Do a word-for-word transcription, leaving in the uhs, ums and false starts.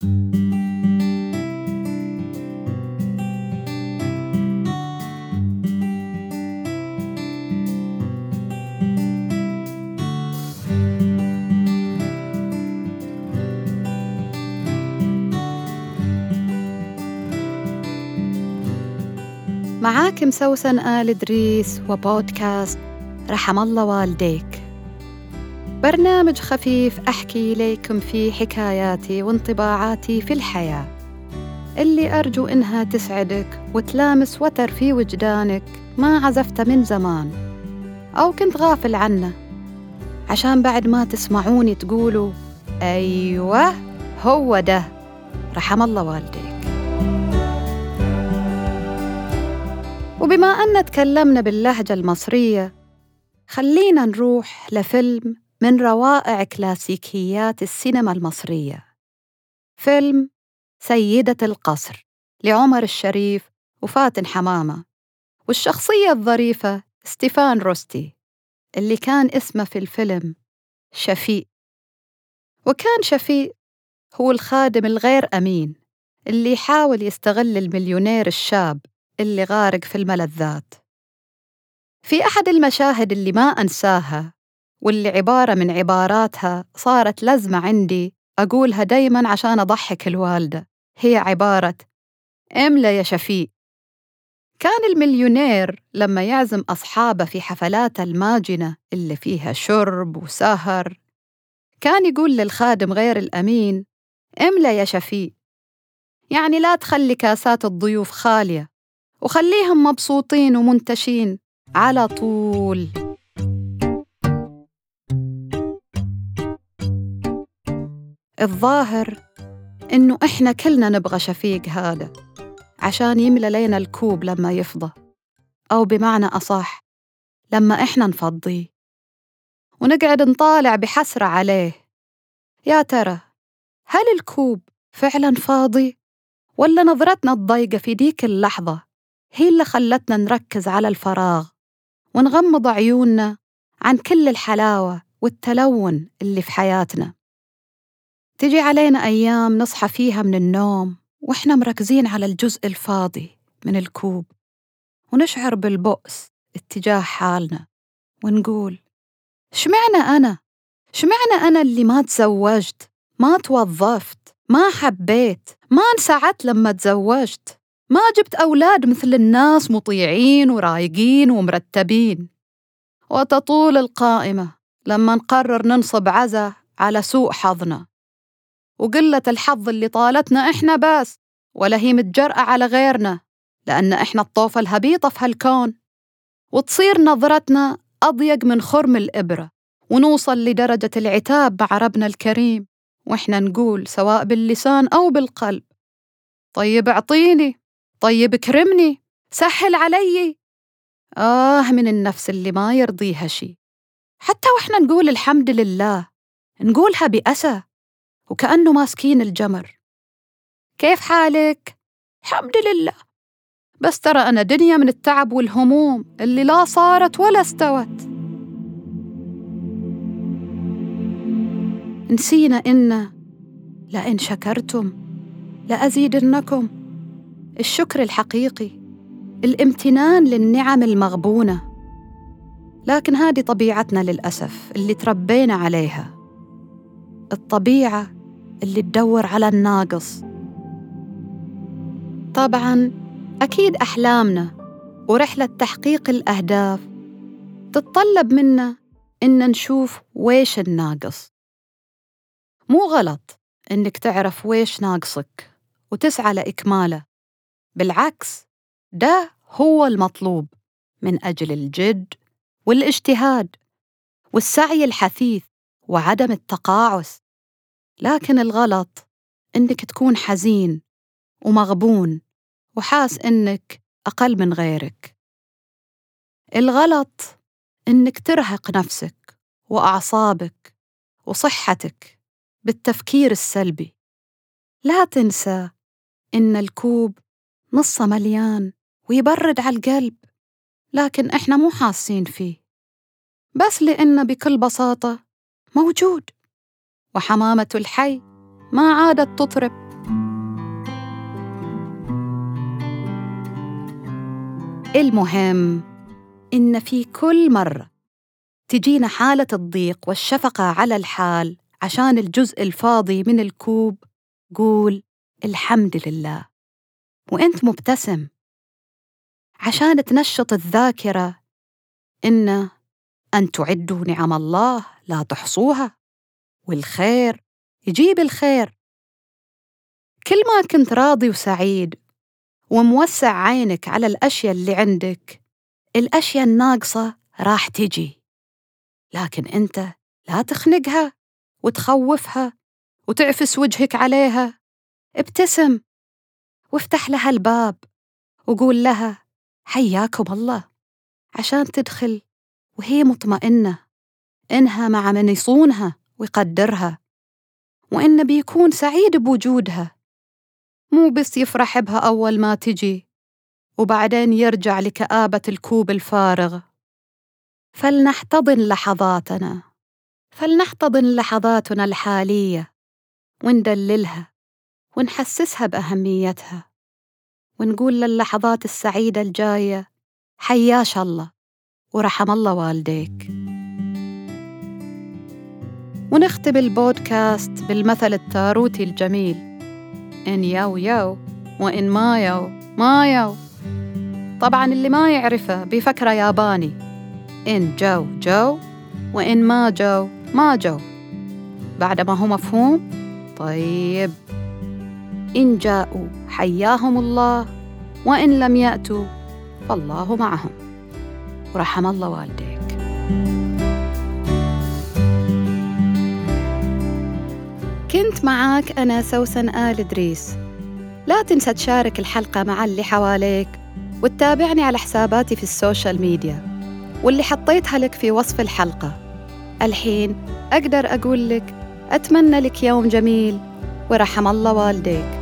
معاك مسوسن آل إدريس وبودكاست رحم الله والديك، برنامج خفيف أحكي ليكم فيه حكاياتي وانطباعاتي في الحياة اللي أرجو إنها تسعدك وتلامس وتر في وجدانك ما عزفت من زمان أو كنت غافل عنه، عشان بعد ما تسمعوني تقولوا أيوة هو ده رحم الله والديك. وبما أن تكلمنا باللهجة المصرية، خلينا نروح لفيلم من روائع كلاسيكيات السينما المصرية، فيلم سيدة القصر لعمر الشريف وفاتن حمامة، والشخصية الظريفة ستيفان روستي اللي كان اسمه في الفيلم شفيق. وكان شفيق هو الخادم الغير أمين اللي يحاول يستغل المليونير الشاب اللي غارق في الملذات. في أحد المشاهد اللي ما أنساها واللي عبارة من عباراتها صارت لازمة عندي أقولها دايماً عشان أضحك الوالدة، هي عبارة املى يا شفيق. كان المليونير لما يعزم أصحابه في حفلات الماجنة اللي فيها شرب وسهر، كان يقول للخادم غير الأمين املى يا شفيق، يعني لا تخلي كاسات الضيوف خالية وخليهم مبسوطين ومنتشين على طول. الظاهر إنه إحنا كلنا نبغى شفيق هذا عشان يملى لينا الكوب لما يفضى، أو بمعنى أصح لما إحنا نفضيه ونقعد نطالع بحسرة عليه. يا ترى هل الكوب فعلاً فاضي؟ ولا نظرتنا الضيقة في ديك اللحظة هي اللي خلتنا نركز على الفراغ ونغمض عيوننا عن كل الحلاوة والتلون اللي في حياتنا؟ تجي علينا أيام نصحى فيها من النوم وإحنا مركزين على الجزء الفاضي من الكوب، ونشعر بالبؤس اتجاه حالنا ونقول شمعنا أنا؟ شمعنا أنا اللي ما تزوجت، ما توظفت، ما حبيت، ما انسعدت لما تزوجت، ما جبت أولاد مثل الناس مطيعين ورايقين ومرتبين؟ وتطول القائمة لما نقرر ننصب عزة على سوء حظنا وقلة الحظ اللي طالتنا إحنا بس، ولا هي متجرأة على غيرنا لأن إحنا الطوفة الهبيطة في هالكون. وتصير نظرتنا أضيق من خرم الإبرة ونوصل لدرجة العتاب مع ربنا الكريم، وإحنا نقول سواء باللسان أو بالقلب طيب اعطيني، طيب اكرمني، سهل علي. آه من النفس اللي ما يرضيها شي. حتى وإحنا نقول الحمد لله نقولها بأسى وكأنه ماسكين الجمر. كيف حالك؟ الحمد لله، بس ترى أنا دنيا من التعب والهموم اللي لا صارت ولا استوت. نسينا إن لئن شكرتم لأزيدنكم. الشكر الحقيقي الامتنان للنعم المغبونة، لكن هذه طبيعتنا للأسف اللي تربينا عليها، الطبيعة اللي تدور على الناقص. طبعاً أكيد أحلامنا ورحلة تحقيق الأهداف تتطلب منا إن نشوف ويش الناقص. مو غلط إنك تعرف ويش ناقصك وتسعى لإكماله، بالعكس ده هو المطلوب من أجل الجد والاجتهاد والسعي الحثيث وعدم التقاعس. لكن الغلط إنك تكون حزين ومغبون وحاس إنك أقل من غيرك. الغلط إنك ترهق نفسك وأعصابك وصحتك بالتفكير السلبي. لا تنسى إن الكوب نصه مليان ويبرد على القلب، لكن إحنا مو حاسين فيه بس لأنه بكل بساطة موجود، وحمامة الحي ما عادت تطرب المهم إن في كل مرة تجينا حالة الضيق والشفقة على الحال عشان الجزء الفاضي من الكوب، قول الحمد لله وإنت مبتسم، عشان تنشط الذاكرة إن أن تعدوا نعم الله لا تحصوها، والخير يجيب الخير. كل ما كنت راضي وسعيد وموسع عينك على الأشياء اللي عندك، الأشياء الناقصة راح تجي، لكن أنت لا تخنقها وتخوفها وتعفس وجهك عليها. ابتسم وافتح لها الباب وقول لها حياكم الله، عشان تدخل وهي مطمئنة إنها مع من يصونها ويقدرها، وإنه بيكون سعيد بوجودها، مو بس يفرح بها أول ما تجي وبعدين يرجع لكآبة الكوب الفارغ. فلنحتضن لحظاتنا فلنحتضن لحظاتنا الحالية وندللها ونحسسها بأهميتها، ونقول للحظات السعيدة الجاية حياش الله ورحم الله والديك. ونختم البودكاست بالمثل التاروتي الجميل: إن يو يو وإن ما يو ما يو. طبعاً اللي ما يعرفه بفكرة ياباني: إن جو جو وإن ما جو ما جو. بعد ما هو مفهوم؟ طيب، إن جاءوا حياهم الله، وإن لم يأتوا فالله معهم ورحم الله والديك. كنت معاك أنا سوسن آل إدريس. لا تنسى تشارك الحلقة مع اللي حواليك وتتابعني على حساباتي في السوشيال ميديا واللي حطيتها لك في وصف الحلقة. الحين أقدر أقول لك أتمنى لك يوم جميل ورحم الله والديك.